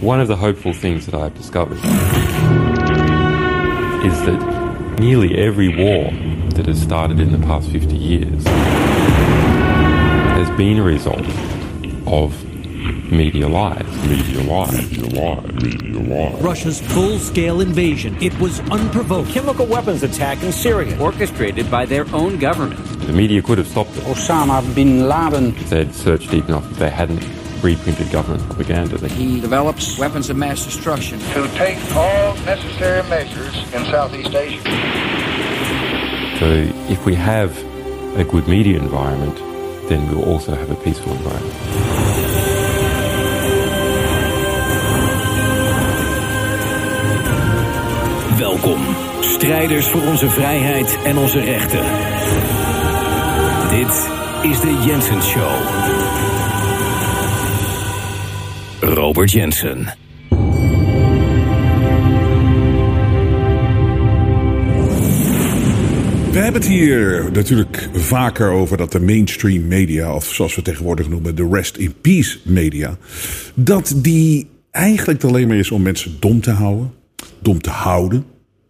One of the hopeful things that I've discovered is that nearly every war that has started in the past 50 years has been a result of media lies. Russia's full-scale invasion. It was unprovoked. Chemical weapons attack in Syria, orchestrated by their own government. The media could have stopped it. Osama bin Laden. If they had searched deep enough, if they hadn't reprinted government propaganda. He develops weapons of mass destruction. To take all necessary measures in Southeast Asia. So if we have a good media environment, then we'll also have a peaceful environment. Welkom, strijders voor onze vrijheid en onze rechten. Dit is de Jensen Show. Robert Jensen. We hebben het hier natuurlijk vaker over dat de mainstream media, of zoals we tegenwoordig noemen, de rest in peace media, dat die eigenlijk alleen maar is om mensen dom te houden.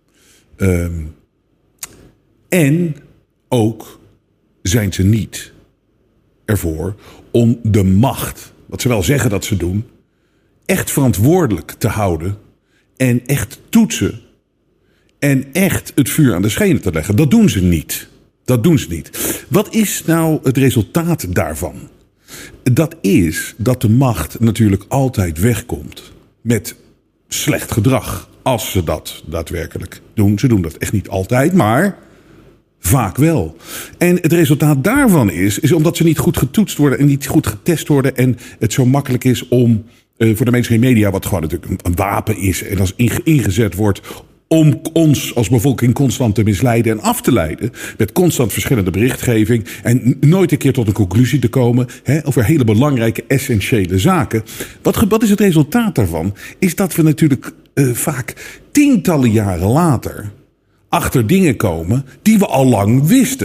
En ook zijn ze niet ervoor om de macht, wat ze wel zeggen dat ze doen, echt verantwoordelijk te houden en echt toetsen en echt het vuur aan de schenen te leggen. Dat doen ze niet. Wat is nou het resultaat daarvan? Dat is dat de macht natuurlijk altijd wegkomt met slecht gedrag. Als ze dat daadwerkelijk doen. Ze doen dat echt niet altijd, maar vaak wel. En het resultaat daarvan is omdat ze niet goed getoetst worden en niet goed getest worden. En het zo makkelijk is om voor de mainstream media, wat gewoon natuurlijk een wapen is en als ingezet wordt om ons als bevolking constant te misleiden en af te leiden. Met constant verschillende berichtgeving. En nooit een keer tot een conclusie te komen over hele belangrijke, essentiële zaken. Wat is het resultaat daarvan? Is dat we natuurlijk vaak tientallen jaren later achter dingen komen die we al lang wisten.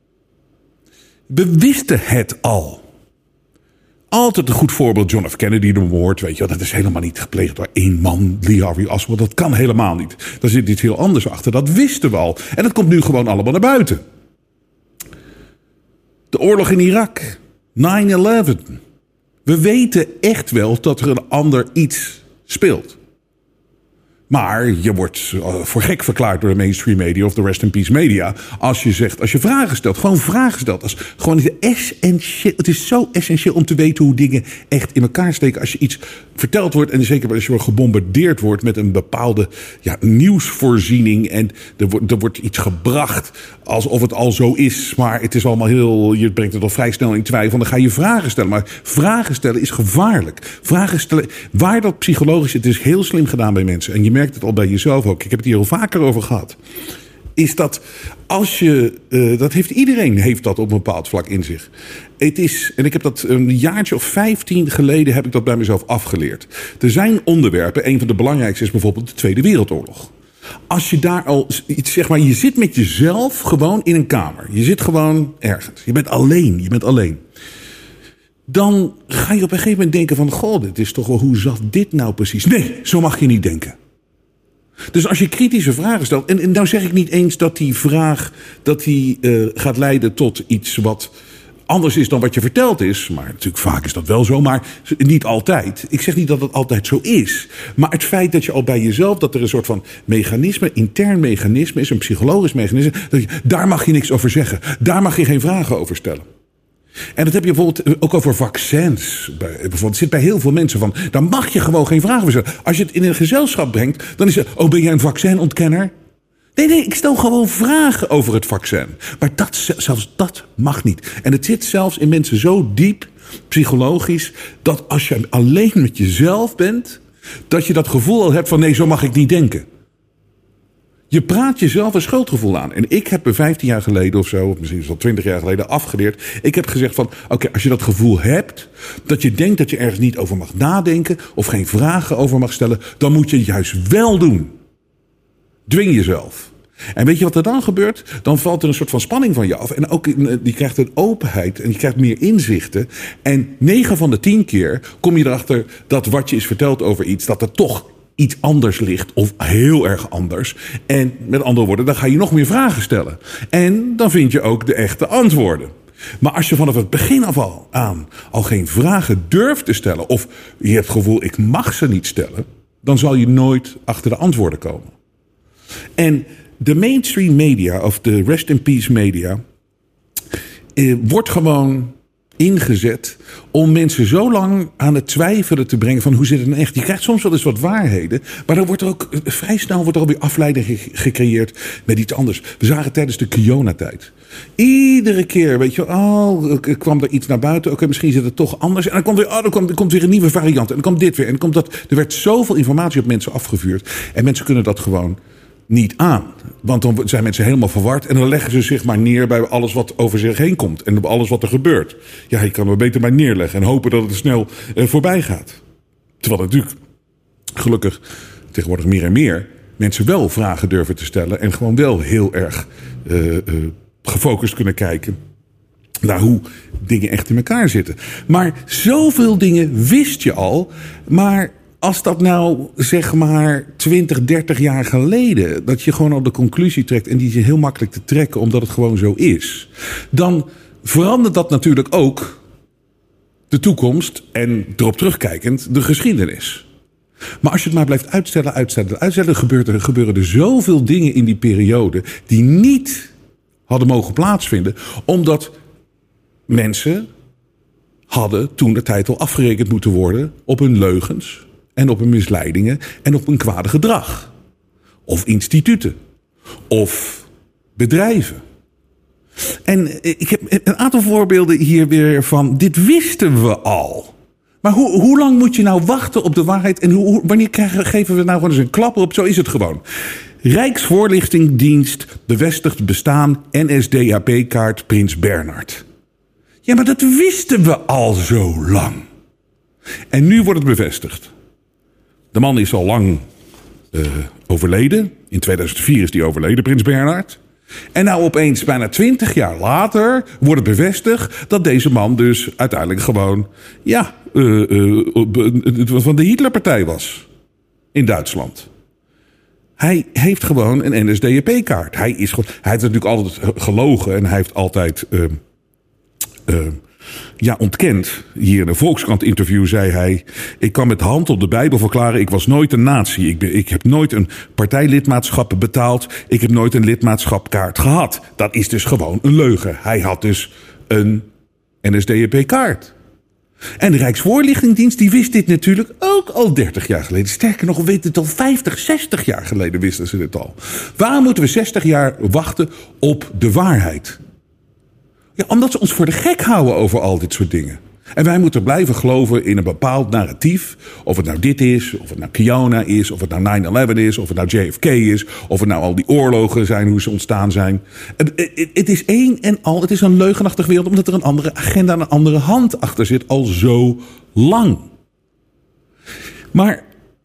We wisten het al. Altijd een goed voorbeeld, John F. Kennedy, de moord, weet je wel, dat is helemaal niet gepleegd door één man, Lee Harvey Oswald. Dat kan helemaal niet. Daar zit iets heel anders achter. Dat wisten we al. En dat komt nu gewoon allemaal naar buiten. De oorlog in Irak. 9/11. We weten echt wel dat er een ander iets speelt. Maar je wordt voor gek verklaard door de mainstream media of de rest in peace media als je vragen stelt. Gewoon vragen stelt. Het is zo essentieel om te weten hoe dingen echt in elkaar steken. Als je iets verteld wordt en zeker als je gebombardeerd wordt met een bepaalde nieuwsvoorziening en er wordt iets gebracht alsof het al zo is, maar het is allemaal je brengt het al vrij snel in twijfel. Dan ga je vragen stellen. Maar vragen stellen is gevaarlijk. Vragen stellen, waar dat psychologisch, het is heel slim gedaan bij mensen. En je merkt het al bij jezelf ook. Ik heb het hier al vaker over gehad. Is dat als je, dat heeft iedereen dat op een bepaald vlak in zich. Het is, en ik heb dat een jaartje of 15 geleden heb ik dat bij mezelf afgeleerd. Er zijn onderwerpen, een van de belangrijkste is bijvoorbeeld de Tweede Wereldoorlog. Als je daar al iets, zeg maar, je zit met jezelf gewoon in een kamer. Je zit gewoon ergens. Je bent alleen. Dan ga je op een gegeven moment denken van, goh, dit is toch wel, hoe zat dit nou precies? Nee, zo mag je niet denken. Dus als je kritische vragen stelt, en nou zeg ik niet eens dat die vraag gaat leiden tot iets wat anders is dan wat je verteld is. Maar natuurlijk vaak is dat wel zo, maar niet altijd. Ik zeg niet dat het altijd zo is. Maar het feit dat je al bij jezelf, dat er een soort van mechanisme, intern mechanisme is, een psychologisch mechanisme, daar mag je niks over zeggen. Daar mag je geen vragen over stellen. En dat heb je bijvoorbeeld ook over vaccins. Het zit bij heel veel mensen van, daar mag je gewoon geen vragen over stellen. Als je het in een gezelschap brengt, dan is het, ben jij een vaccinontkenner? Nee, ik stel gewoon vragen over het vaccin. Maar zelfs dat mag niet. En het zit zelfs in mensen zo diep, psychologisch, dat als je alleen met jezelf bent, dat je dat gevoel al hebt van, nee, zo mag ik niet denken. Je praat jezelf een schuldgevoel aan. En ik heb me 15 jaar geleden of zo, of misschien wel 20 jaar geleden afgeleerd. Ik heb gezegd van, oké, als je dat gevoel hebt, dat je denkt dat je ergens niet over mag nadenken of geen vragen over mag stellen, dan moet je het juist wel doen. Dwing jezelf. En weet je wat er dan gebeurt? Dan valt er een soort van spanning van je af. En ook je krijgt een openheid en je krijgt meer inzichten. En 9 van de 10 keer kom je erachter dat wat je is verteld over iets, dat er toch iets anders ligt of heel erg anders. En met andere woorden, dan ga je nog meer vragen stellen. En dan vind je ook de echte antwoorden. Maar als je vanaf het begin af al geen vragen durft te stellen, of je hebt het gevoel ik mag ze niet stellen, dan zal je nooit achter de antwoorden komen. En de mainstream media, of de rest in peace media, wordt gewoon ingezet om mensen zo lang aan het twijfelen te brengen van hoe zit het nou echt. Je krijgt soms wel eens wat waarheden, maar dan wordt er ook vrij snel alweer afleiding gecreëerd met iets anders. We zagen tijdens de Kiona-tijd. Iedere keer, weet je, kwam er iets naar buiten. Oké, misschien zit het toch anders. En dan komt weer, er komt weer een nieuwe variant. En dan komt dit weer. En dan komt dat. Er werd zoveel informatie op mensen afgevuurd. En mensen kunnen dat gewoon niet aan. Want dan zijn mensen helemaal verward. En dan leggen ze zich maar neer bij alles wat over zich heen komt. En op alles wat er gebeurt. Ja, je kan er beter maar neerleggen. En hopen dat het snel voorbij gaat. Terwijl natuurlijk, gelukkig, tegenwoordig meer en meer mensen wel vragen durven te stellen. En gewoon wel heel erg gefocust kunnen kijken naar hoe dingen echt in elkaar zitten. Maar zoveel dingen wist je al. Maar als dat nou, zeg maar, 20, 30 jaar geleden, dat je gewoon al de conclusie trekt, en die is heel makkelijk te trekken, omdat het gewoon zo is, dan verandert dat natuurlijk ook de toekomst en erop terugkijkend de geschiedenis. Maar als je het maar blijft uitstellen, gebeuren er zoveel dingen in die periode die niet hadden mogen plaatsvinden, omdat mensen hadden toen de tijd al afgerekend moeten worden op hun leugens en op hun misleidingen en op hun kwade gedrag. Of instituten. Of bedrijven. En ik heb een aantal voorbeelden hier weer van, dit wisten we al. Maar hoe lang moet je nou wachten op de waarheid? En wanneer geven we nou gewoon eens een klapper op? Zo is het gewoon. Rijksvoorlichtingsdienst bevestigt bestaan NSDAP-kaart Prins Bernhard. Ja, maar dat wisten we al zo lang. En nu wordt het bevestigd. De man is al lang overleden. In 2004 is hij overleden, Prins Bernhard. En nou opeens, bijna 20 jaar later, wordt het bevestigd dat deze man dus uiteindelijk gewoon, van de Hitlerpartij was. In Duitsland. Hij heeft gewoon een NSDAP-kaart. Hij heeft natuurlijk altijd gelogen en hij heeft altijd ontkend. Hier in een Volkskrant-interview zei hij, ik kan met de hand op de Bijbel verklaren, ik was nooit een nazi. Ik heb nooit een partijlidmaatschap betaald. Ik heb nooit een lidmaatschapkaart gehad. Dat is dus gewoon een leugen. Hij had dus een NSDAP-kaart. En de Rijksvoorlichtingsdienst die wist dit natuurlijk ook al 30 jaar geleden. Sterker nog, we weten het al 50, 60 jaar geleden wisten ze dit al. Waarom moeten we 60 jaar wachten op de waarheid? Ja, omdat ze ons voor de gek houden over al dit soort dingen. En wij moeten blijven geloven in een bepaald narratief. Of het nou dit is, of het nou Kiona is, of het nou 9/11 is, of het nou JFK is, of het nou al die oorlogen zijn, hoe ze ontstaan zijn. Het is één en al, het is een leugenachtige wereld, omdat er een andere agenda, een andere hand achter zit, al zo lang. Maar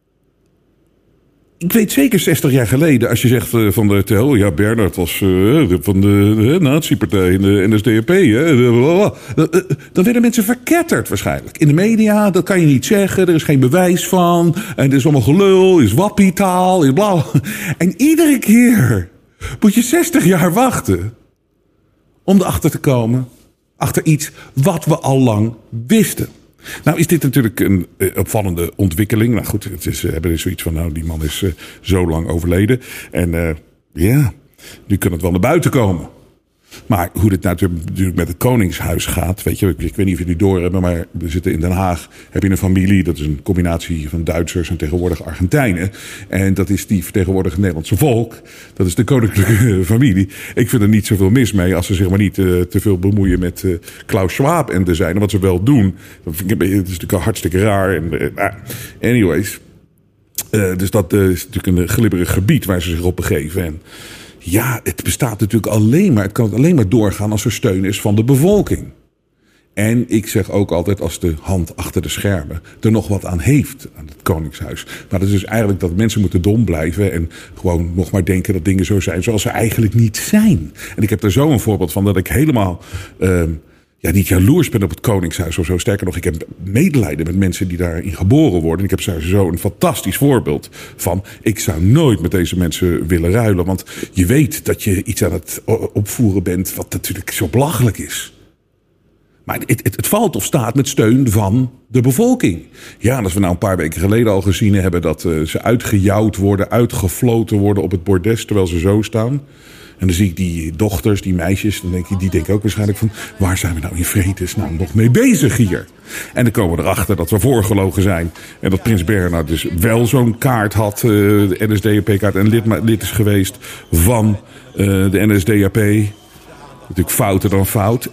ik weet zeker 60 jaar geleden, als je zegt van de tel, ja, Bernhard was van de nazi-partij, de NSDAP, dan werden mensen verketterd waarschijnlijk. In de media, dat kan je niet zeggen, er is geen bewijs van, en het is allemaal gelul, is wappietaal, is bla. En iedere keer moet je 60 jaar wachten om erachter te komen, achter iets wat we al lang wisten. Nou is dit natuurlijk een opvallende ontwikkeling. Nou goed, we hebben dus zoiets van, die man is zo lang overleden. En nu kan het wel naar buiten komen. Maar hoe dit natuurlijk met het Koningshuis gaat, weet je, ik weet niet of jullie doorhebben, maar we zitten in Den Haag, heb je een familie, dat is een combinatie van Duitsers en tegenwoordig Argentijnen. En dat is die vertegenwoordigt het Nederlandse volk. Dat is de koninklijke familie. Ik vind er niet zoveel mis mee als ze zich maar niet te veel bemoeien met Klaus Schwab en de zijne, wat ze wel doen. Dat vind ik, het is natuurlijk hartstikke raar. Anyways. Dus dat is natuurlijk een glibberig gebied waar ze zich op begeven. En ja, het bestaat natuurlijk alleen maar, het kan alleen maar doorgaan als er steun is van de bevolking. En ik zeg ook altijd, als de hand achter de schermen er nog wat aan heeft aan het Koningshuis. Maar dat is dus eigenlijk dat mensen moeten dom blijven en gewoon nog maar denken dat dingen zo zijn zoals ze eigenlijk niet zijn. En ik heb er zo een voorbeeld van dat ik helemaal niet jaloers ben op het Koningshuis of zo. Sterker nog, ik heb medelijden met mensen die daarin geboren worden. En ik heb daar zo een fantastisch voorbeeld van. Ik zou nooit met deze mensen willen ruilen. Want je weet dat je iets aan het opvoeren bent wat natuurlijk zo belachelijk is. Maar het valt of staat met steun van de bevolking. Ja, en als we nou een paar weken geleden al gezien hebben dat ze uitgejouwd worden, uitgefloten worden op het bordes terwijl ze zo staan. En dan zie ik die dochters, die meisjes, die denken ook waarschijnlijk van, waar zijn we nou in vredesnaam nog mee bezig hier? En dan komen we erachter dat we voorgelogen zijn. En dat Prins Bernhard dus wel zo'n kaart had, de NSDAP-kaart, en lid is geweest van de NSDAP. Natuurlijk fouter dan fout.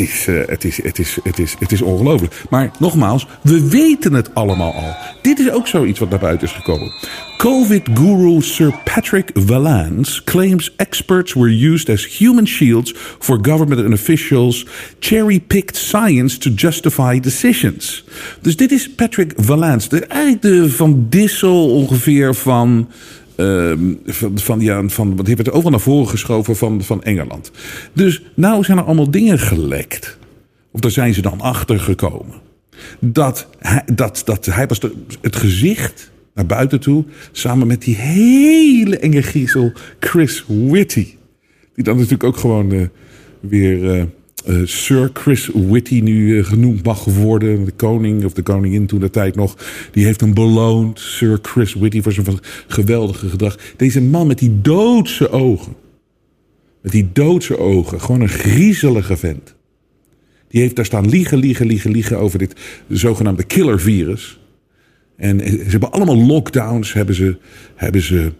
Het is ongelooflijk. Maar nogmaals, we weten het allemaal al. Dit is ook zoiets wat naar buiten is gekomen. COVID-guru Sir Patrick Vallance claims experts were used as human shields for government and officials cherry-picked science to justify decisions. Dus dit is Patrick Vallance. Eigenlijk de Van Dissel ongeveer van wat heeft het overal naar voren geschoven van Engeland. Dus nou zijn er allemaal dingen gelekt. Of daar zijn ze dan achter gekomen. Dat hij was het gezicht naar buiten toe, samen met die hele enge griezel Chris Whitty. Die dan natuurlijk ook gewoon weer Sir Chris Whitty nu genoemd mag worden. De koning of de koningin toen de tijd nog. Die heeft hem beloond. Sir Chris Whitty voor zijn geweldige gedrag. Deze man met die doodse ogen. Met die doodse ogen. Gewoon een griezelige vent. Die heeft daar staan liegen over dit zogenaamde killervirus. En ze hebben allemaal lockdowns. Hebben ze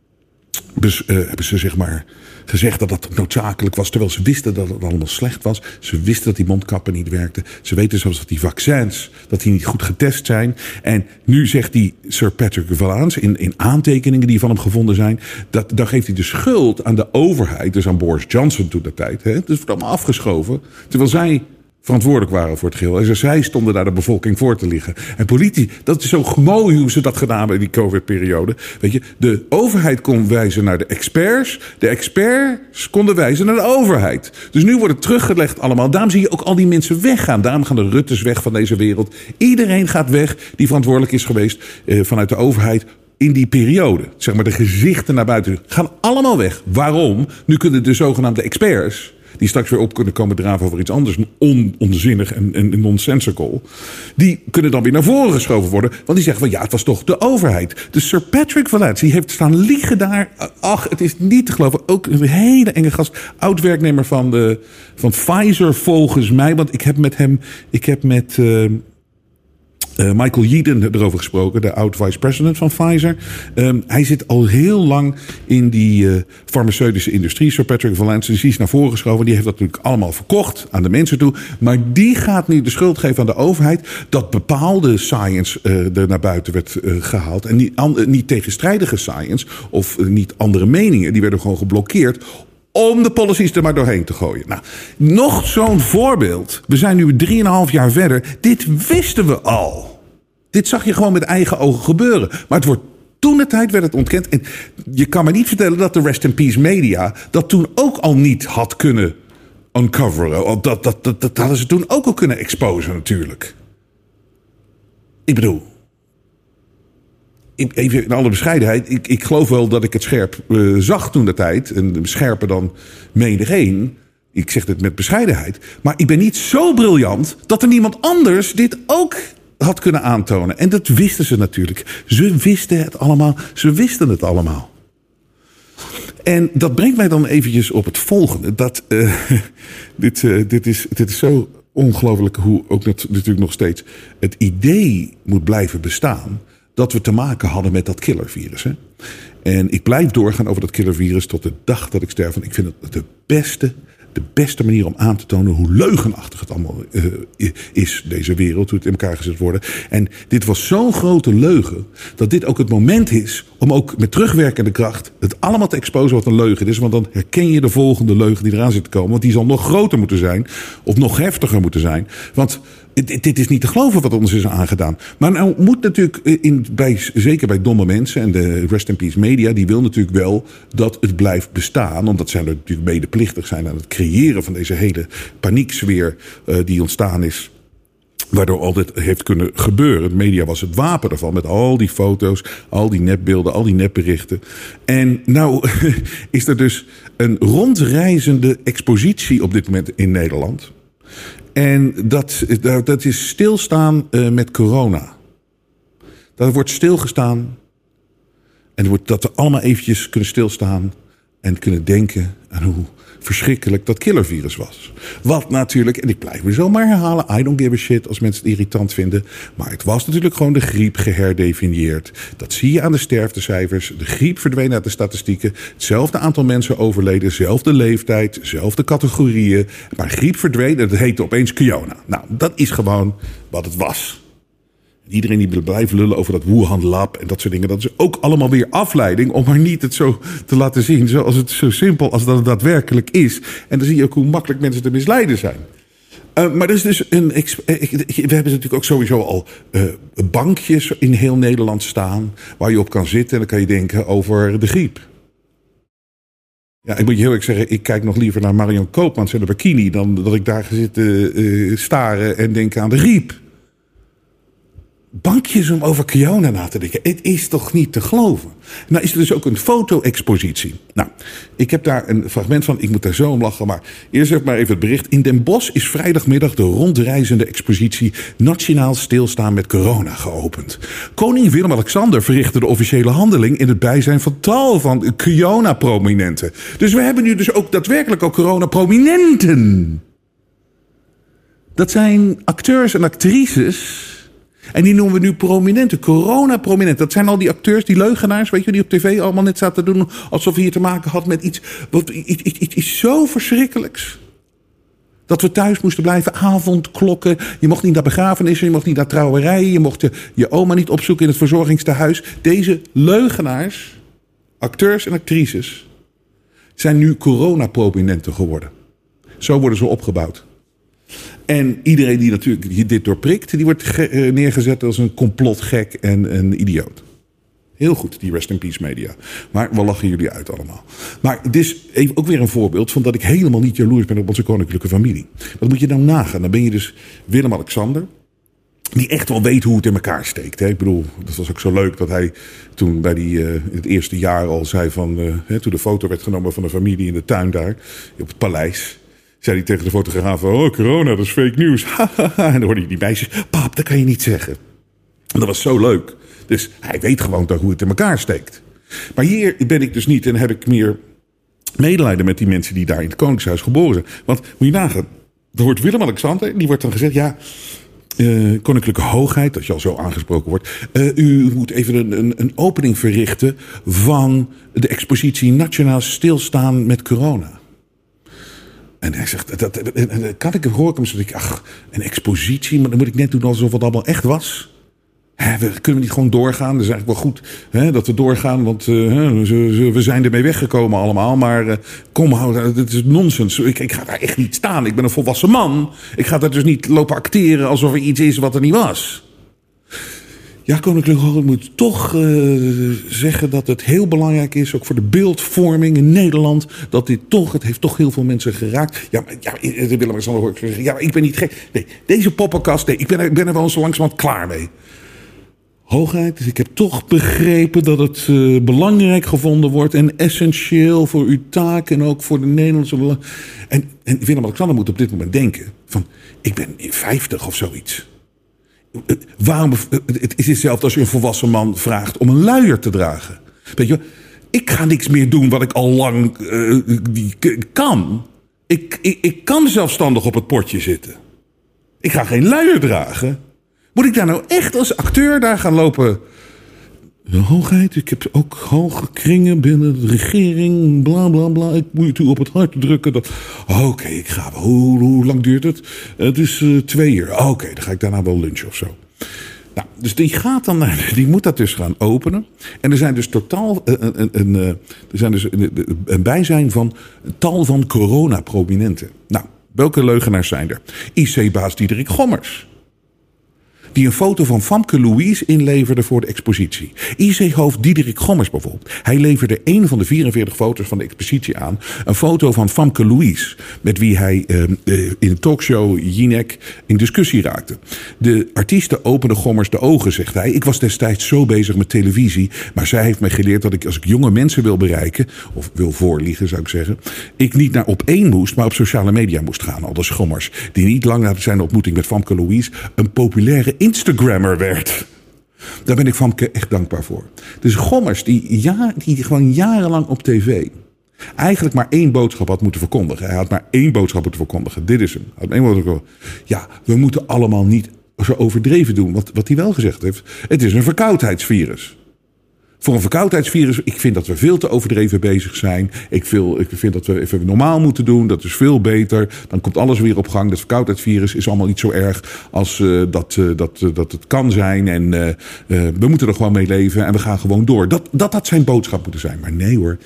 zeg maar gezegd dat dat noodzakelijk was, terwijl ze wisten dat het allemaal slecht was. Ze wisten dat die mondkappen niet werkten. Ze weten zelfs dat die vaccins, dat die niet goed getest zijn. En nu zegt die Sir Patrick Vallance in aantekeningen die van hem gevonden zijn, dan geeft hij de schuld aan de overheid, dus aan Boris Johnson toen de tijd. Dus het wordt allemaal afgeschoven, terwijl zij verantwoordelijk waren voor het geheel. En zij stonden daar de bevolking voor te liggen. En politici, dat is zo mooi hoe ze dat gedaan hebben in die COVID-periode. Weet je, de overheid kon wijzen naar de experts. De experts konden wijzen naar de overheid. Dus nu wordt het teruggelegd allemaal. Daarom zie je ook al die mensen weggaan. Daarom gaan de Ruttes weg van deze wereld. Iedereen gaat weg die verantwoordelijk is geweest vanuit de overheid in die periode. Zeg maar de gezichten naar buiten gaan allemaal weg. Waarom? Nu kunnen de zogenaamde experts, die straks weer op kunnen komen draven over iets anders, onzinnig en nonsensical, die kunnen dan weer naar voren geschoven worden. Want die zeggen van ja, het was toch de overheid. Dus Sir Patrick Vallance, die heeft staan liegen daar. Ach, het is niet te geloven. Ook een hele enge gast. Oud-werknemer van Pfizer volgens mij. Want ik heb met Michael Yeadon erover gesproken, de oud-vice-president van Pfizer. Hij zit al heel lang in die farmaceutische industrie. Sir Patrick Vallance, die is naar voren geschoven. Die heeft dat natuurlijk allemaal verkocht aan de mensen toe. Maar die gaat nu de schuld geven aan de overheid dat bepaalde science er naar buiten werd gehaald. En niet tegenstrijdige science of niet andere meningen. Die werden gewoon geblokkeerd om de policies er maar doorheen te gooien. Nou, nog zo'n voorbeeld. We zijn nu 3,5 jaar verder. Dit wisten we al. Dit zag je gewoon met eigen ogen gebeuren. Maar het wordt toen de tijd werd het ontkend. En je kan me niet vertellen dat de Rest in Peace media dat toen ook al niet had kunnen uncoveren. Dat hadden ze toen ook al kunnen exposen natuurlijk. Ik bedoel, even in alle bescheidenheid, ik geloof wel dat ik het scherp zag toen de tijd. En scherper dan menigeen. Ik zeg dit met bescheidenheid. Maar ik ben niet zo briljant dat er niemand anders dit ook had kunnen aantonen. En dat wisten ze natuurlijk. Ze wisten het allemaal. En dat brengt mij dan eventjes op het volgende. Dat dit is zo ongelooflijk hoe ook natuurlijk nog steeds het idee moet blijven bestaan dat we te maken hadden met dat killervirus. Hè? En ik blijf doorgaan over dat killervirus tot de dag dat ik sterf. Want ik vind het de beste de beste manier om aan te tonen hoe leugenachtig het allemaal is, deze wereld, hoe het in elkaar gezet wordt. En dit was zo'n grote leugen, dat dit ook het moment is om ook met terugwerkende kracht het allemaal te exposen wat een leugen is. Want dan herken je de volgende leugen die eraan zit te komen. Want die zal nog groter moeten zijn, of nog heftiger moeten zijn. Want dit is niet te geloven wat ons is aangedaan. Maar nou moet natuurlijk, zeker bij domme mensen en de Rest in Peace media, die wil natuurlijk wel dat het blijft bestaan. Omdat zij natuurlijk medeplichtig zijn aan het creëren van deze hele panieksfeer die ontstaan is. Waardoor al dit heeft kunnen gebeuren. De media was het wapen ervan. Met al die foto's, al die nepbeelden, al die nepberichten. En nou is er dus een rondreizende expositie op dit moment in Nederland. En dat is stilstaan met corona. Daar wordt stilgestaan. En dat we allemaal eventjes kunnen stilstaan. En kunnen denken aan hoe verschrikkelijk dat killervirus was. Wat natuurlijk, en ik blijf me zomaar herhalen, I don't give a shit als mensen het irritant vinden. Maar het was natuurlijk gewoon de griep geherdefinieerd. Dat zie je aan de sterftecijfers. De griep verdween uit de statistieken. Hetzelfde aantal mensen overleden, dezelfde leeftijd, dezelfde categorieën. Maar griep verdween en dat heette opeens corona. Nou, dat is gewoon wat het was. Iedereen die blijft lullen over dat Wuhan Lab en dat soort dingen, dat is ook allemaal weer afleiding om maar niet het zo te laten zien zoals het zo simpel als dat het daadwerkelijk is. En dan zie je ook hoe makkelijk mensen te misleiden zijn. Maar er is dus we hebben natuurlijk ook sowieso al bankjes in heel Nederland staan waar je op kan zitten en dan kan je denken over de griep. Ja, ik moet je heel erg zeggen, ik kijk nog liever naar Marion Koopmans en de bikini dan dat ik daar ga zitten staren en denken aan de griep. Bankjes om over corona na te denken. Het is toch niet te geloven. Nou is er dus ook een foto-expositie. Nou, ik heb daar een fragment van. Ik moet daar zo om lachen. Maar eerst zeg maar even het bericht. In Den Bosch is vrijdagmiddag de rondreizende expositie Nationaal Stilstaan met Corona geopend. Koning Willem-Alexander verrichtte de officiële handeling in het bijzijn van tal van corona-prominenten. Dus we hebben nu dus ook daadwerkelijk ook corona-prominenten. Dat zijn acteurs en actrices. En die noemen we nu prominenten, corona-prominenten. Dat zijn al die acteurs, die leugenaars, weet je, die op tv allemaal net zaten te doen alsof hij hier te maken had met iets is zo verschrikkelijks. Dat we thuis moesten blijven, avondklokken. Je mocht niet naar begrafenissen, je mocht niet naar trouwerijen, je mocht je oma niet opzoeken in het verzorgingstehuis. Deze leugenaars, acteurs en actrices, zijn nu corona-prominenten geworden. Zo worden ze opgebouwd. En iedereen die natuurlijk dit doorprikt, die wordt neergezet als een complotgek en een idioot. Heel goed, die Rest in Peace media. Maar we lachen jullie uit allemaal. Maar dit is even ook weer een voorbeeld van dat ik helemaal niet jaloers ben op onze koninklijke familie. Wat moet je nou nagaan? Dan ben je dus Willem-Alexander, die echt wel weet hoe het in elkaar steekt. Hè? Ik bedoel, dat was ook zo leuk dat hij toen bij het eerste jaar al zei van, toen de foto werd genomen van de familie in de tuin daar, op het paleis. Zei hij tegen de fotograaf, oh corona, dat is fake news. En dan hoorde je die meisjes, pap, dat kan je niet zeggen. En dat was zo leuk. Dus hij weet gewoon hoe het in elkaar steekt. Maar hier ben ik dus niet en heb ik meer medelijden met die mensen die daar in het Koningshuis geboren zijn. Want moet je nagaan, er wordt Willem-Alexander, die wordt dan gezegd, ja, koninklijke hoogheid, dat je al zo aangesproken wordt. U moet even een opening verrichten van de expositie Nationaal Stilstaan met Corona. En hij zegt, dat kan ik horen, dan denk ik, ach, een expositie, maar dan moet ik net doen alsof het allemaal echt was. Kunnen we niet gewoon doorgaan? Dat is eigenlijk wel goed dat we doorgaan, want we zijn ermee weggekomen allemaal. Maar kom, dit is nonsens. Ik ga daar echt niet staan. Ik ben een volwassen man. Ik ga daar dus niet lopen acteren alsof er iets is wat er niet was. Ja, Koninklijk Hoogheid moet toch zeggen dat het heel belangrijk is, ook voor de beeldvorming in Nederland, dat het heeft toch heel veel mensen geraakt. Ja, Willem-Alexander hoor ik zeggen, ja, maar ik ben niet gek. Nee, deze poppenkast, nee, ik ben er wel zo langzamerhand klaar mee. Hoogheid, dus ik heb toch begrepen dat het belangrijk gevonden wordt en essentieel voor uw taak en ook voor de Nederlandse belang. En Willem-Alexander moet op dit moment denken van, ik ben 50 of zoiets. Het is hetzelfde als je een volwassen man vraagt om een luier te dragen. Weet je, ik ga niks meer doen wat ik al lang kan. Ik kan zelfstandig op het potje zitten. Ik ga geen luier dragen. Moet ik daar nou echt als acteur daar gaan lopen Hoogheid, ik heb ook hoge kringen binnen de regering, bla bla bla. Ik moet u op het hart drukken. Oké, ik ga wel. Hoe lang duurt het? Het is 2 uur. Oké, dan ga ik daarna wel lunchen of zo. Nou, dus die moet dat dus gaan openen. En er zijn dus totaal een bijzijn van een tal van coronaprominenten. Nou, welke leugenaars zijn er? IC-baas Diederik Gommers, die een foto van Famke Louise inleverde voor de expositie. IC-hoofd Diederik Gommers bijvoorbeeld. Hij leverde 1 van de 44 foto's van de expositie aan. Een foto van Famke Louise, met wie hij in de talkshow Jinek in discussie raakte. De artiesten openden Gommers de ogen, zegt hij. Ik was destijds zo bezig met televisie, maar zij heeft mij geleerd dat ik, als ik jonge mensen wil bereiken, of wil voorliegen zou ik zeggen, ik niet naar Op1 moest, maar op sociale media moest gaan. Aldus Gommers, die niet lang na zijn ontmoeting met Famke Louise een populaire Instagrammer werd. Daar ben ik Famke echt dankbaar voor. Dus Gommers, die gewoon jarenlang op tv eigenlijk maar 1 boodschap had moeten verkondigen. Hij had maar 1 boodschap moeten verkondigen. Dit is hem. Ja, we moeten allemaal niet zo overdreven doen. Wat hij wel gezegd heeft. Het is een verkoudheidsvirus. Voor een verkoudheidsvirus, ik vind dat we veel te overdreven bezig zijn. Ik vind dat we even normaal moeten doen. Dat is veel beter. Dan komt alles weer op gang. Dat verkoudheidsvirus is allemaal niet zo erg als dat het kan zijn. En we moeten er gewoon mee leven. En we gaan gewoon door. Dat zijn boodschap moeten zijn. Maar nee hoor.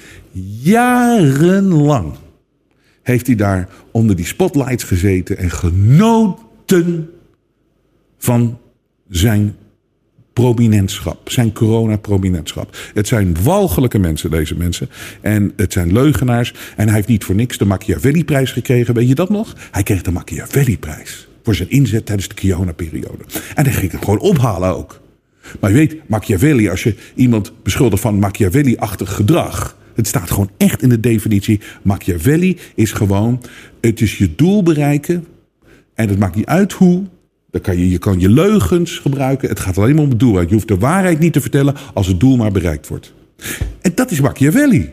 Jarenlang heeft hij daar onder die spotlights gezeten. En genoten van zijn prominentschap, zijn corona-prominentschap. Het zijn walgelijke mensen, deze mensen. En het zijn leugenaars. En hij heeft niet voor niks de Machiavelli-prijs gekregen. Weet je dat nog? Hij kreeg de Machiavelli-prijs voor zijn inzet tijdens de Kiona-periode. En hij ging het gewoon ophalen ook. Maar je weet, Machiavelli, als je iemand beschuldigt van Machiavelli-achtig gedrag, het staat gewoon echt in de definitie. Machiavelli is gewoon, het is je doel bereiken. En het maakt niet uit hoe. Je kan je leugens gebruiken. Het gaat alleen maar om het doel. Je hoeft de waarheid niet te vertellen als het doel maar bereikt wordt. En dat is Machiavelli.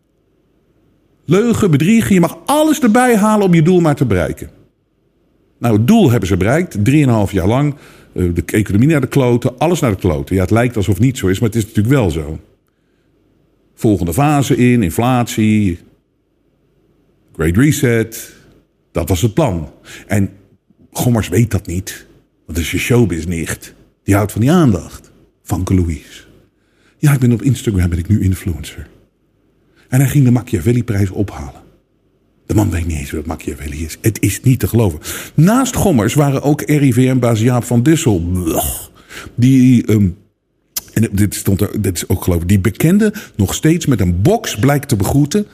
Leugen, bedriegen. Je mag alles erbij halen om je doel maar te bereiken. Nou, het doel hebben ze bereikt. 3,5 jaar lang. De economie naar de kloten. Alles naar de kloten. Ja, het lijkt alsof het niet zo is, maar het is natuurlijk wel zo. Volgende fase inflatie. Great Reset. Dat was het plan. En Gommers weet dat niet. Want dat is je showbiz-nicht. Die houdt van die aandacht. Famke Louise. Ja, ik ben op Instagram, ben ik nu influencer. En hij ging de Machiavelli-prijs ophalen. De man weet niet eens wat Machiavelli is. Het is niet te geloven. Naast Gommers waren ook RIVM-baas Jaap van Dissel. Die, en dit is ook geloof ik. Die bekende nog steeds met een box blijkt te begroeten.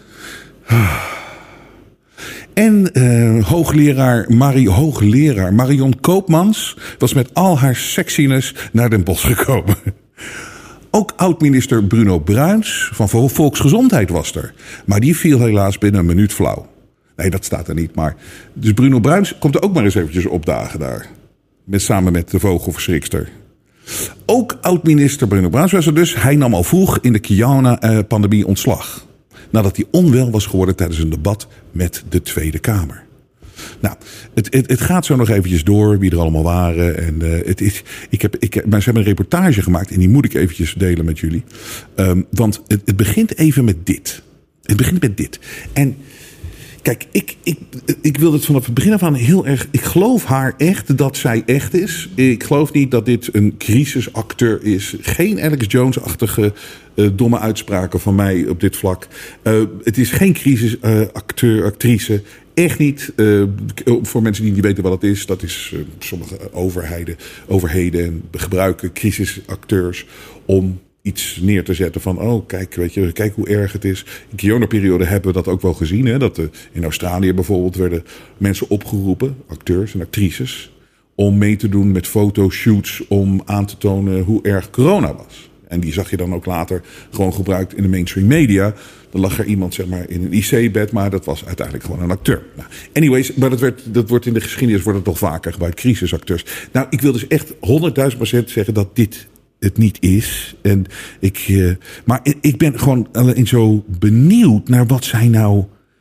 En hoogleraar Marion Koopmans was met al haar sexiness naar Den Bosch gekomen. Ook oud-minister Bruno Bruins van Volksgezondheid was er. Maar die viel helaas binnen een minuut flauw. Nee, dat staat er niet. Maar dus Bruno Bruins komt er ook maar eens eventjes opdagen daar. Samen met de vogelverschrikster. Ook oud-minister Bruno Bruins was er dus. Hij nam al vroeg in de Kiona-pandemie ontslag. Nadat hij onwel was geworden tijdens een debat met de Tweede Kamer. Nou, het gaat zo nog eventjes door wie er allemaal waren. En maar ze hebben een reportage gemaakt en die moet ik eventjes delen met jullie. Want het begint even met dit. Het begint met dit. En kijk, ik wil het vanaf het begin af aan heel erg. Ik geloof haar echt dat zij echt is. Ik geloof niet dat dit een crisisacteur is. Geen Alex Jones-achtige domme uitspraken van mij op dit vlak. Het is geen crisisacteur, actrice. Echt niet. Voor mensen die niet weten wat het is. Dat is sommige overheden gebruiken crisisacteurs om iets neer te zetten van, oh, kijk hoe erg het is. In de Kiona-periode hebben we dat ook wel gezien. Hè? Dat in Australië bijvoorbeeld werden mensen opgeroepen, acteurs en actrices, om mee te doen met fotoshoots om aan te tonen hoe erg corona was. En die zag je dan ook later gewoon gebruikt in de mainstream media. Dan lag er iemand zeg maar in een IC-bed, maar dat was uiteindelijk gewoon een acteur. Nou, anyways, maar dat wordt in de geschiedenis wordt het toch vaker gebruikt, crisisacteurs. Nou, ik wil dus echt 100.000% zeggen dat dit het niet is. En maar ik ben gewoon alleen zo benieuwd naar wat zij nou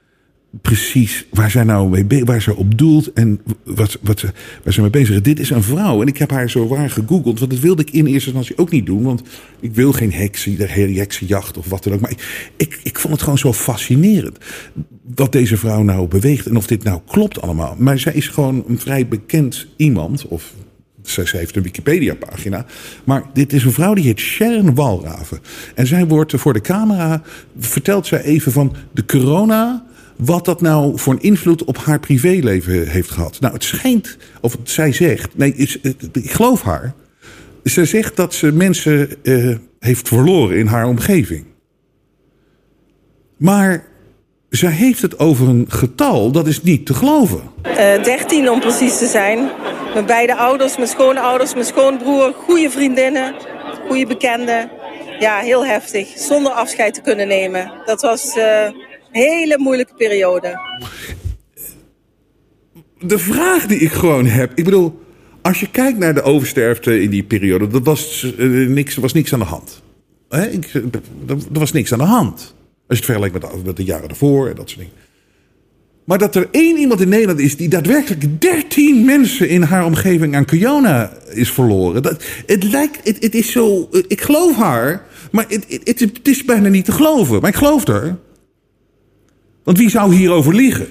precies waar ze op doelt en waar ze mee bezig is. Dit is een vrouw en ik heb haar zo waar gegoogeld. Want dat wilde ik in eerste instantie ook niet doen. Want ik wil geen heksenjacht of wat dan ook. Maar ik vond het gewoon zo fascinerend. Wat deze vrouw nou beweegt en of dit nou klopt allemaal. Maar zij is gewoon een vrij bekend iemand. Of ze heeft een Wikipedia-pagina. Maar dit is een vrouw die heet Sharon Walraven. En zij wordt voor de camera, vertelt zij even van de corona, wat dat nou voor een invloed op haar privéleven heeft gehad. Nou, het schijnt, of zij zegt, nee, ik geloof haar. Ze zegt dat ze mensen heeft verloren in haar omgeving. Maar zij heeft het over een getal, dat is niet te geloven. 13 om precies te zijn. Mijn beide ouders, mijn schoonouders, mijn schoonbroer, goede vriendinnen, goede bekenden. Ja, heel heftig. Zonder afscheid te kunnen nemen. Dat was een hele moeilijke periode. De vraag die ik gewoon heb, ik bedoel, als je kijkt naar de oversterfte in die periode, er was niks aan de hand. Er was niks aan de hand. Als je het vergelijkt met de jaren daarvoor en dat soort dingen. Maar dat er één iemand in Nederland is die daadwerkelijk 13 mensen in haar omgeving aan corona is verloren. Het is zo, ik geloof haar, maar het is bijna niet te geloven. Maar ik geloof haar. Want wie zou hierover liegen?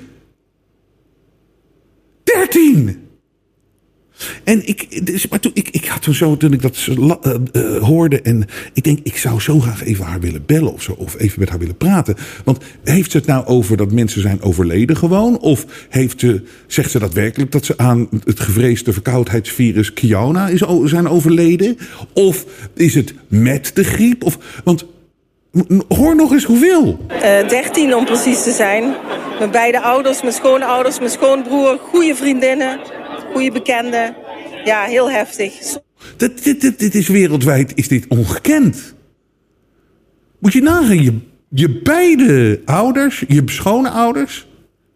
13! En toen ik dat hoorde en ik denk, ik zou zo graag even haar willen bellen of zo, of even met haar willen praten. Want heeft ze het nou over dat mensen zijn overleden gewoon? Of zegt ze daadwerkelijk dat ze aan het gevreesde verkoudheidsvirus corona zijn overleden? Of is het met de griep? Want hoor nog eens hoeveel. 13 om precies te zijn. Mijn beide ouders, mijn schoonouders, mijn schoonbroer, goede vriendinnen, goede bekenden. Ja, heel heftig. Dit is wereldwijd is dit ongekend. Moet je nagaan, je beide ouders, je schoonouders,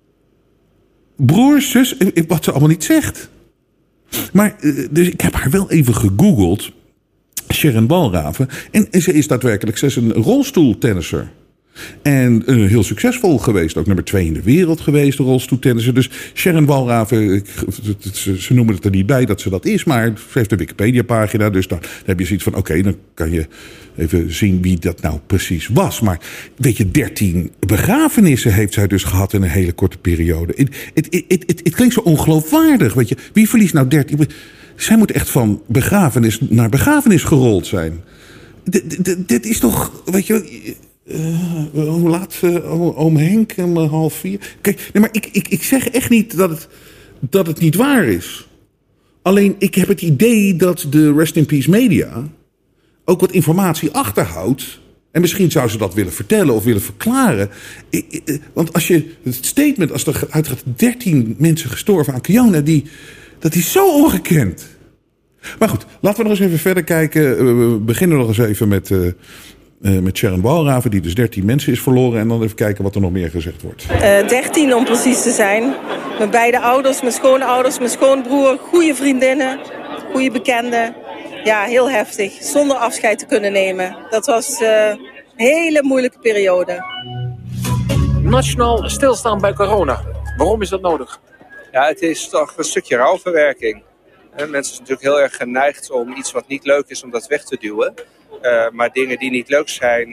broers, zus, wat ze allemaal niet zegt. Maar dus ik heb haar wel even gegoogeld, Sharon Walraven, en ze is daadwerkelijk, een rolstoeltennisser. En heel succesvol geweest. Ook nummer 2 in de wereld geweest, de rolstoeltennisser. Dus Sharon Walraven, ze noemen het er niet bij dat ze dat is. Maar ze heeft een Wikipedia-pagina. Dus dan heb je zoiets van, oké, dan kan je even zien wie dat nou precies was. Maar weet je, 13 begrafenissen heeft zij dus gehad in een hele korte periode. Het klinkt zo ongeloofwaardig. Weet je, wie verliest nou 13? Zij moet echt van begrafenis naar begrafenis gerold zijn. Dit is toch, weet je, hoe laat oom Henk om 3:30? Kijk, nee, maar ik zeg echt niet dat het niet waar is. Alleen ik heb het idee dat de Rest in Peace Media ook wat informatie achterhoudt. En misschien zou ze dat willen vertellen of willen verklaren. Want als je het statement, als er uitgaat 13 mensen gestorven aan corona, dat is zo ongekend. Maar goed, laten we nog eens even verder kijken. We beginnen nog eens even met Sharon Walraven, die dus 13 mensen is verloren. En dan even kijken wat er nog meer gezegd wordt. 13 om precies te zijn. Mijn beide ouders, mijn schoonouders, mijn schoonbroer, goede vriendinnen, goede bekenden. Ja, heel heftig. Zonder afscheid te kunnen nemen. Dat was een hele moeilijke periode. Nationaal stilstaan bij corona. Waarom is dat nodig? Ja, het is toch een stukje rouwverwerking. Mensen zijn natuurlijk heel erg geneigd om iets wat niet leuk is, om dat weg te duwen. Maar dingen die niet leuk zijn,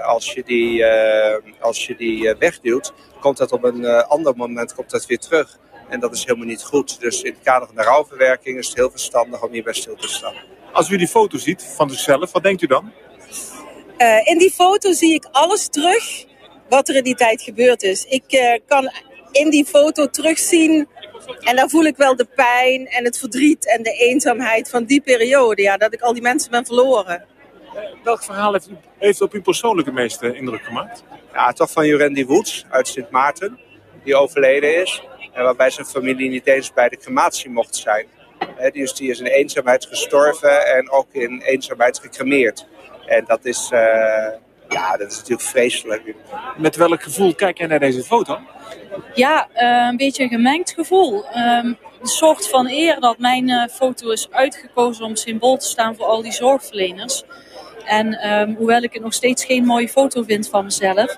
als je die wegduwt, komt dat op een ander moment weer terug. En dat is helemaal niet goed. Dus in het kader van de rouwverwerking is het heel verstandig om hierbij stil te staan. Als u die foto ziet van zichzelf, wat denkt u dan? In die foto zie ik alles terug wat er in die tijd gebeurd is. Ik kan in die foto terugzien en daar voel ik wel de pijn en het verdriet en de eenzaamheid van die periode. Ja, dat ik al die mensen ben verloren. Welk verhaal heeft op u persoonlijk het meeste indruk gemaakt? Ja, toch van Jurendi Woods uit Sint Maarten, die overleden is. En waarbij zijn familie niet eens bij de crematie mocht zijn. Die is in eenzaamheid gestorven en ook in eenzaamheid gecremeerd. En dat is natuurlijk vreselijk. Met welk gevoel kijk jij naar deze foto? Ja, een beetje een gemengd gevoel. Een soort van eer dat mijn foto is uitgekozen om symbool te staan voor al die zorgverleners. En hoewel ik het nog steeds geen mooie foto vind van mezelf,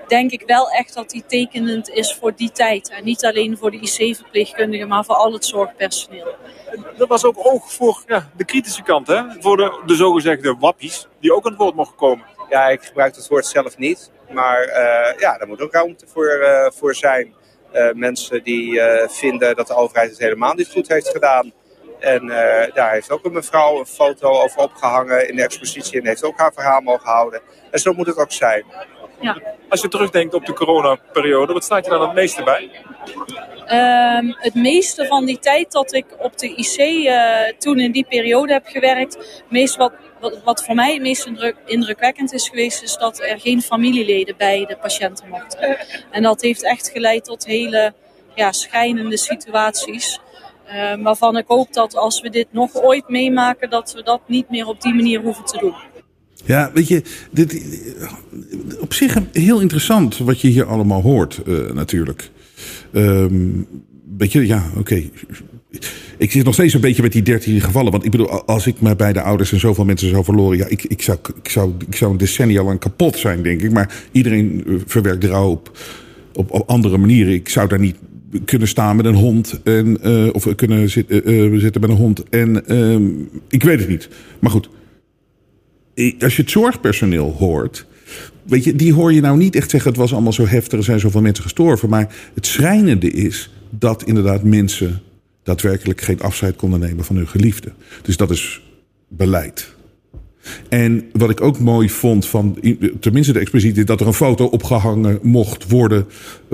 denk ik wel echt dat die tekenend is voor die tijd. En niet alleen voor de IC-verpleegkundigen, maar voor al het zorgpersoneel. Dat was ook oog voor de kritische kant, hè? Voor de zogezegde wappies, die ook aan het woord mogen komen. Ja, ik gebruik het woord zelf niet. Maar daar moet ook ruimte voor zijn. Mensen die vinden dat de overheid het helemaal niet goed heeft gedaan. En daar heeft ook een mevrouw een foto over opgehangen in de expositie en heeft ook haar verhaal mogen houden. En zo moet het ook zijn. Ja. Als je terugdenkt op de coronaperiode, wat staat je dan het meeste bij? Het meeste van die tijd dat ik op de IC toen in die periode heb gewerkt, wat voor mij het meest indrukwekkend is geweest, is dat er geen familieleden bij de patiënten mochten. En dat heeft echt geleid tot hele schrijnende situaties. Waarvan ik hoop dat als we dit nog ooit meemaken, dat we dat niet meer op die manier hoeven te doen. Ja, weet je, op zich heel interessant wat je hier allemaal hoort natuurlijk. Weet je, ja, oké. Ik zit nog steeds een beetje met die 13 gevallen. Want ik bedoel, als ik mij bij de ouders en zoveel mensen zou verloren, ja, ik zou een decennia lang kapot zijn, denk ik. Maar iedereen verwerkt rouw op andere manieren. Ik zou daar niet kunnen staan met een hond of kunnen zitten met een hond. Ik weet het niet. Maar goed, als je het zorgpersoneel hoort, weet je, die hoor je nou niet echt zeggen, het was allemaal zo heftig, er zijn zoveel mensen gestorven. Maar het schrijnende is dat inderdaad mensen daadwerkelijk geen afscheid konden nemen van hun geliefde. Dus dat is beleid. En wat ik ook mooi vond van, tenminste de expositie, dat er een foto opgehangen mocht worden,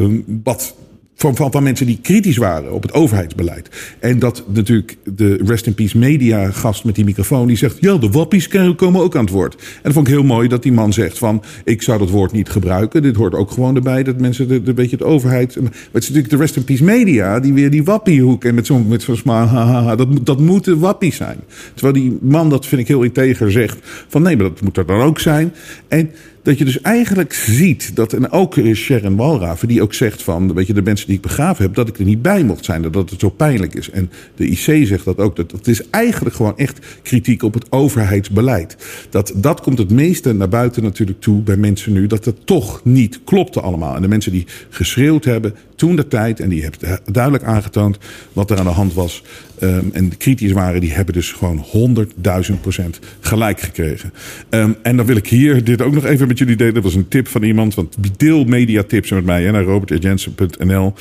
van mensen die kritisch waren op het overheidsbeleid. En dat natuurlijk de Rest in Peace media gast met die microfoon, die zegt, ja, de wappies komen ook aan het woord. En dat vond ik heel mooi dat die man zegt van, ik zou dat woord niet gebruiken. Dit hoort ook gewoon erbij, dat mensen een beetje het overheid. Maar het is natuurlijk de Rest in Peace media die weer die wappiehoek en met zo'n smaak, dat moet de wappies zijn. Terwijl die man, dat vind ik heel integer, zegt van nee, maar dat moet er dan ook zijn. En dat je dus eigenlijk ziet dat, en ook Sharon Walraven, die ook zegt van, weet je, de mensen die ik begraven heb, dat ik er niet bij mocht zijn, dat het zo pijnlijk is. En de IC zegt dat ook. Dat is eigenlijk gewoon echt kritiek op het overheidsbeleid. Dat komt het meeste naar buiten natuurlijk toe bij mensen nu, dat het toch niet klopte allemaal. En de mensen die geschreeuwd hebben toen de tijd, en die hebben duidelijk aangetoond wat er aan de hand was, en kritisch waren, die hebben dus gewoon 100.000% gelijk gekregen. En dan wil ik hier dit ook nog even met jullie delen. Dat was een tip van iemand, want deel mediatips met mij naar robert.jensen.nl.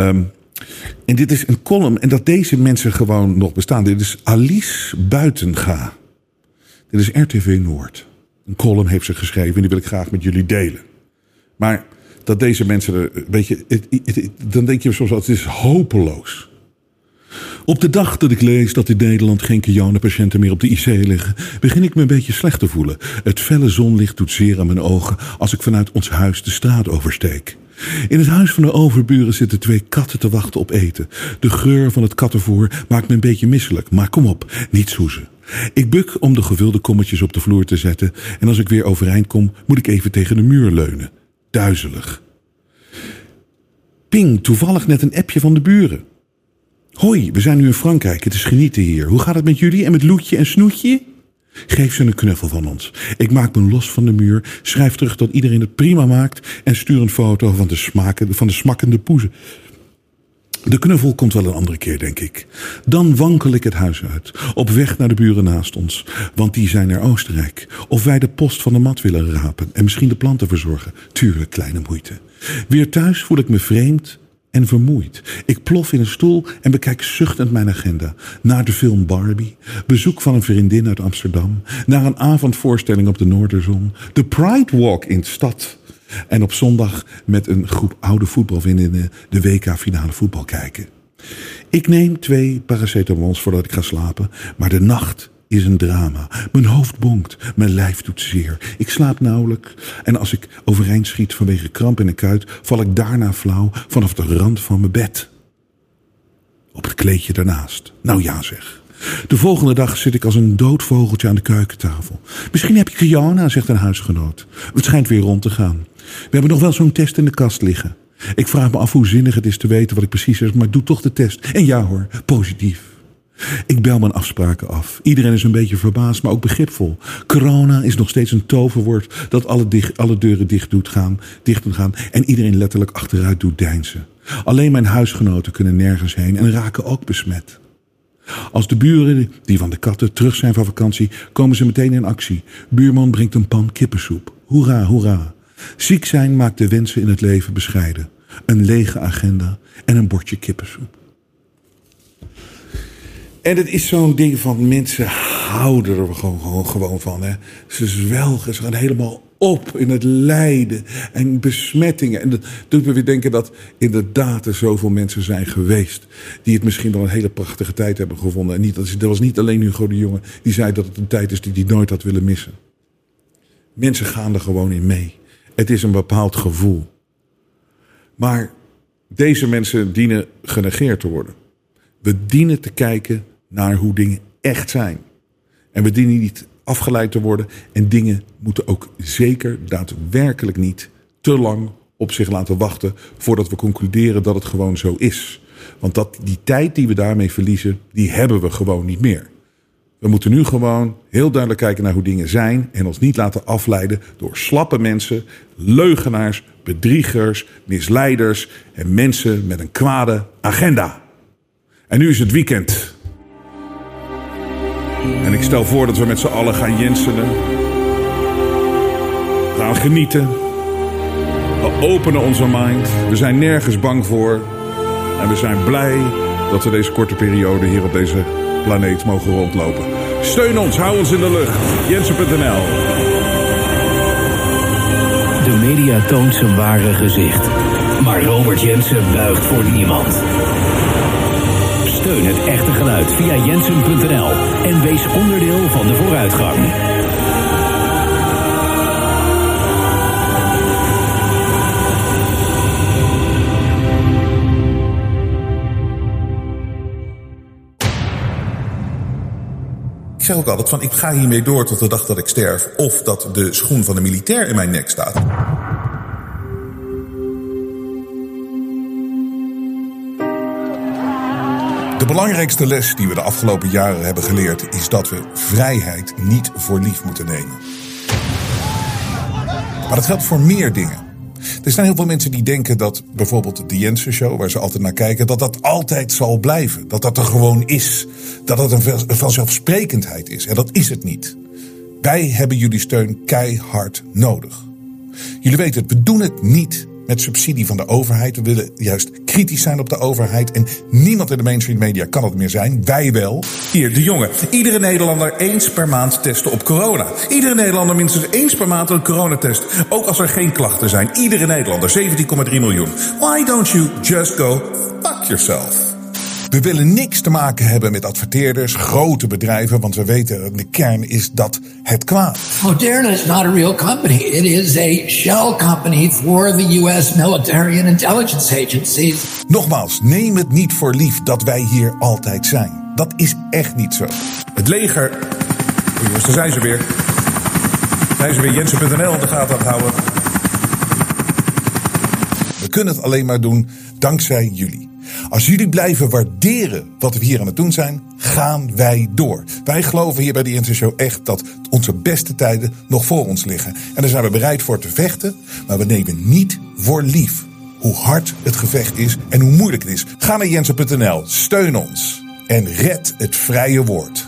En dit is een column, en dat deze mensen gewoon nog bestaan. Dit is Alice Buitenga. Dit is RTV Noord. Een column heeft ze geschreven en die wil ik graag met jullie delen. Maar dat deze mensen, weet je, dan denk je soms wel, het is hopeloos. Op de dag dat ik lees dat in Nederland geen corona-patiënten meer op de IC liggen, begin ik me een beetje slecht te voelen. Het felle zonlicht doet zeer aan mijn ogen als ik vanuit ons huis de straat oversteek. In het huis van de overburen zitten 2 katten te wachten op eten. De geur van het kattenvoer maakt me een beetje misselijk, maar kom op, niet soezen. Ik buk om de gevulde kommetjes op de vloer te zetten en als ik weer overeind kom, moet ik even tegen de muur leunen. Duizelig. Ping, toevallig net een appje van de buren. Hoi, we zijn nu in Frankrijk, het is genieten hier. Hoe gaat het met jullie en met Loetje en Snoetje? Geef ze een knuffel van ons. Ik maak me los van de muur, schrijf terug dat iedereen het prima maakt en stuur een foto van de smakkende poezen. De knuffel komt wel een andere keer, denk ik. Dan wankel ik het huis uit, op weg naar de buren naast ons, want die zijn naar Oostenrijk. Of wij de post van de mat willen rapen en misschien de planten verzorgen. Tuurlijk, kleine moeite. Weer thuis voel ik me vreemd en vermoeid. Ik plof in een stoel en bekijk zuchtend mijn agenda. Naar de film Barbie, bezoek van een vriendin uit Amsterdam, naar een avondvoorstelling op de Noorderzon, de Pride Walk in de stad en op zondag met een groep oude voetbalvriendinnen de WK-finale voetbal kijken. Ik neem 2 paracetamols voordat ik ga slapen, maar de nacht is een drama. Mijn hoofd bonkt, mijn lijf doet zeer. Ik slaap nauwelijks en als ik overeind schiet vanwege kramp in de kuit, val ik daarna flauw vanaf de rand van mijn bed. Op het kleedje daarnaast. Nou ja zeg. De volgende dag zit ik als een dood vogeltje aan de keukentafel. Misschien heb je corona, zegt een huisgenoot. Het schijnt weer rond te gaan. We hebben nog wel zo'n test in de kast liggen. Ik vraag me af hoe zinnig het is te weten wat ik precies zeg, maar doe toch de test. En ja hoor, positief. Ik bel mijn afspraken af. Iedereen is een beetje verbaasd, maar ook begripvol. Corona is nog steeds een toverwoord dat alle deuren dicht doet gaan. En iedereen letterlijk achteruit doet deinzen. Alleen mijn huisgenoten kunnen nergens heen en raken ook besmet. Als de buren, die van de katten, terug zijn van vakantie, komen ze meteen in actie. Buurman brengt een pan kippensoep. Hoera, hoera. Ziek zijn maakt de wensen in het leven bescheiden. Een lege agenda en een bordje kippensoep. En het is zo'n ding van mensen houden er gewoon van. Hè. Ze zwelgen, ze gaan helemaal op in het lijden en besmettingen. En dat doet me weer denken dat inderdaad er zoveel mensen zijn geweest die het misschien wel een hele prachtige tijd hebben gevonden. En dat was niet alleen Hugo de Jonge die zei dat het een tijd is die hij nooit had willen missen. Mensen gaan er gewoon in mee. Het is een bepaald gevoel. Maar deze mensen dienen genegeerd te worden. We dienen te kijken naar hoe dingen echt zijn. En we dienen niet afgeleid te worden. En dingen moeten ook zeker daadwerkelijk niet te lang op zich laten wachten voordat we concluderen dat het gewoon zo is. Want die tijd die we daarmee verliezen, die hebben we gewoon niet meer. We moeten nu gewoon heel duidelijk kijken naar hoe dingen zijn en ons niet laten afleiden door slappe mensen, leugenaars, bedriegers, misleiders en mensen met een kwade agenda. En nu is het weekend. En ik stel voor dat we met z'n allen gaan jensenen. Gaan genieten. We openen onze mind. We zijn nergens bang voor. En we zijn blij dat we deze korte periode hier op deze planeet mogen rondlopen. Steun ons, hou ons in de lucht. Jensen.nl. De media toont zijn ware gezicht. Maar Robert Jensen buigt voor niemand. Steun het echte geluid via Jensen.nl en wees onderdeel van de vooruitgang. Ik zeg ook altijd van, ik ga hiermee door tot de dag dat ik sterf, of dat de schoen van de militair in mijn nek staat. De belangrijkste les die we de afgelopen jaren hebben geleerd is dat we vrijheid niet voor lief moeten nemen. Maar dat geldt voor meer dingen. Er zijn heel veel mensen die denken dat bijvoorbeeld de Jensen Show, waar ze altijd naar kijken, dat dat altijd zal blijven. Dat dat er gewoon is. Dat het een vanzelfsprekendheid is. En dat is het niet. Wij hebben jullie steun keihard nodig. Jullie weten het, we doen het niet met subsidie van de overheid. We willen juist kritisch zijn op de overheid. En niemand in de mainstream media kan het meer zijn. Wij wel. Hier, de Jonge. Iedere Nederlander eens per maand testen op corona. Iedere Nederlander minstens eens per maand een coronatest. Ook als er geen klachten zijn. Iedere Nederlander, 17,3 miljoen. Why don't you just go fuck yourself? We willen niks te maken hebben met adverteerders, grote bedrijven, want we weten, de kern is dat het kwaad. Moderna is not a real company. It is a shell company for the US military and intelligence agencies. Nogmaals, neem het niet voor lief dat wij hier altijd zijn. Dat is echt niet zo. Het leger... Jongens, daar zijn ze weer. Zijn ze weer Jensen.nl in de gaten aan het houden. We kunnen het alleen maar doen dankzij jullie. Als jullie blijven waarderen wat we hier aan het doen zijn, gaan wij door. Wij geloven hier bij de Jensen Show echt dat onze beste tijden nog voor ons liggen. En daar zijn we bereid voor te vechten, maar we nemen niet voor lief hoe hard het gevecht is en hoe moeilijk het is. Ga naar Jensen.nl, steun ons en red het vrije woord.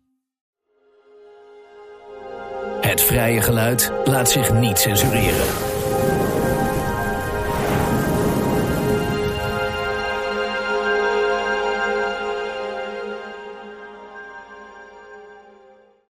Het vrije geluid laat zich niet censureren.